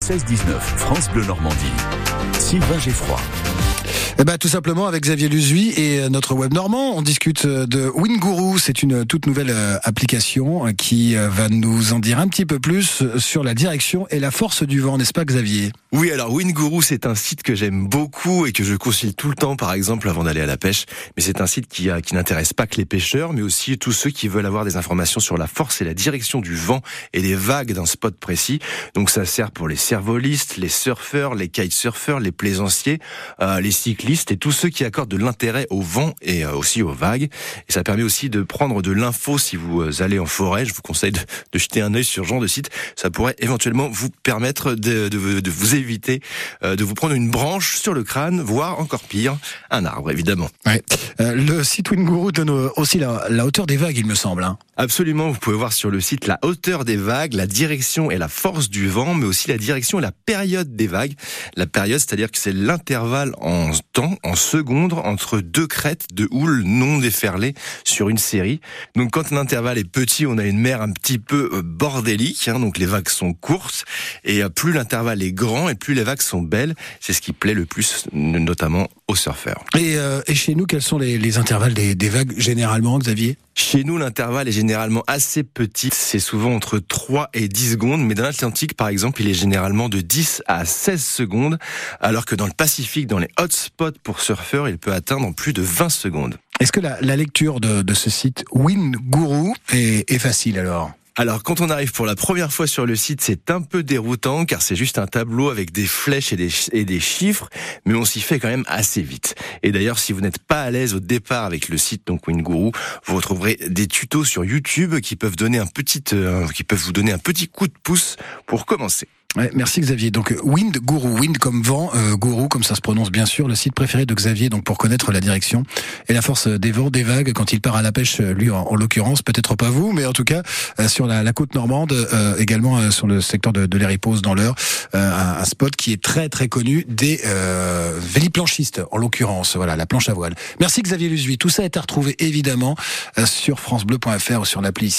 16-19, France Bleu Normandie. Sylvain Geffroy. Tout simplement avec Xavier Luzuy et notre web normand, on discute de WindGuru. C'est une toute nouvelle application qui va nous en dire un petit peu plus sur la direction et la force du vent, n'est-ce pas Xavier ? Oui, alors WindGuru, c'est un site que j'aime beaucoup et que je consulte tout le temps, par exemple, avant d'aller à la pêche. Mais c'est un site qui n'intéresse pas que les pêcheurs, mais aussi tous ceux qui veulent avoir des informations sur la force et la direction du vent et des vagues d'un spot précis. Donc ça sert pour les cervolistes, les surfeurs, les kitesurfers, les plaisanciers, les cyclistes et tous ceux qui accordent de l'intérêt au vent et aussi aux vagues. Et ça permet aussi de prendre de l'info si vous allez en forêt. Je vous conseille de jeter un œil sur ce genre de site. Ça pourrait éventuellement vous permettre de vous éviter de vous prendre une branche sur le crâne, voire encore pire, un arbre évidemment. Ouais. Le site WindGuru donne aussi la hauteur des vagues, il me semble. Absolument, vous pouvez voir sur le site la hauteur des vagues, la direction et la force du vent, mais aussi la direction et la période des vagues. La période, c'est-à-dire que c'est l'intervalle en temps, en secondes, entre deux crêtes de houle non déferlées sur une série. Donc quand un intervalle est petit, on a une mer un petit peu bordélique, donc les vagues sont courtes, et plus l'intervalle est grand et plus les vagues sont belles. C'est ce qui plaît le plus, notamment aux surfeurs. Et chez nous, quels sont les intervalles des vagues généralement, Xavier ? Chez nous, l'intervalle est généralement assez petit. C'est souvent entre 3 et 10 secondes. Mais dans l'Atlantique, par exemple, il est généralement de 10 à 16 secondes. Alors que dans le Pacifique, dans les hotspots pour surfeurs, il peut atteindre plus de 20 secondes. Est-ce que la lecture de ce site WindGuru est facile alors ? Alors, quand on arrive pour la première fois sur le site, c'est un peu déroutant, car c'est juste un tableau avec des flèches et des chiffres, mais on s'y fait quand même assez vite. Et d'ailleurs, si vous n'êtes pas à l'aise au départ avec le site, donc WindGuru, vous retrouverez des tutos sur YouTube qui peuvent vous donner un petit coup de pouce pour commencer. Ouais, merci Xavier. Donc WindGuru, wind comme vent, guru comme ça se prononce bien sûr, le site préféré de Xavier donc pour connaître la direction et la force des vents, des vagues quand il part à la pêche, lui en l'occurrence, peut-être pas vous, mais en tout cas sur la côte normande, également sur le secteur de l'Héripoz dans l'Eure, un spot qui est très très connu des véliplanchistes en l'occurrence, voilà, la planche à voile. Merci Xavier Luzuy. Tout ça est à retrouver évidemment sur francebleu.fr ou sur l'appli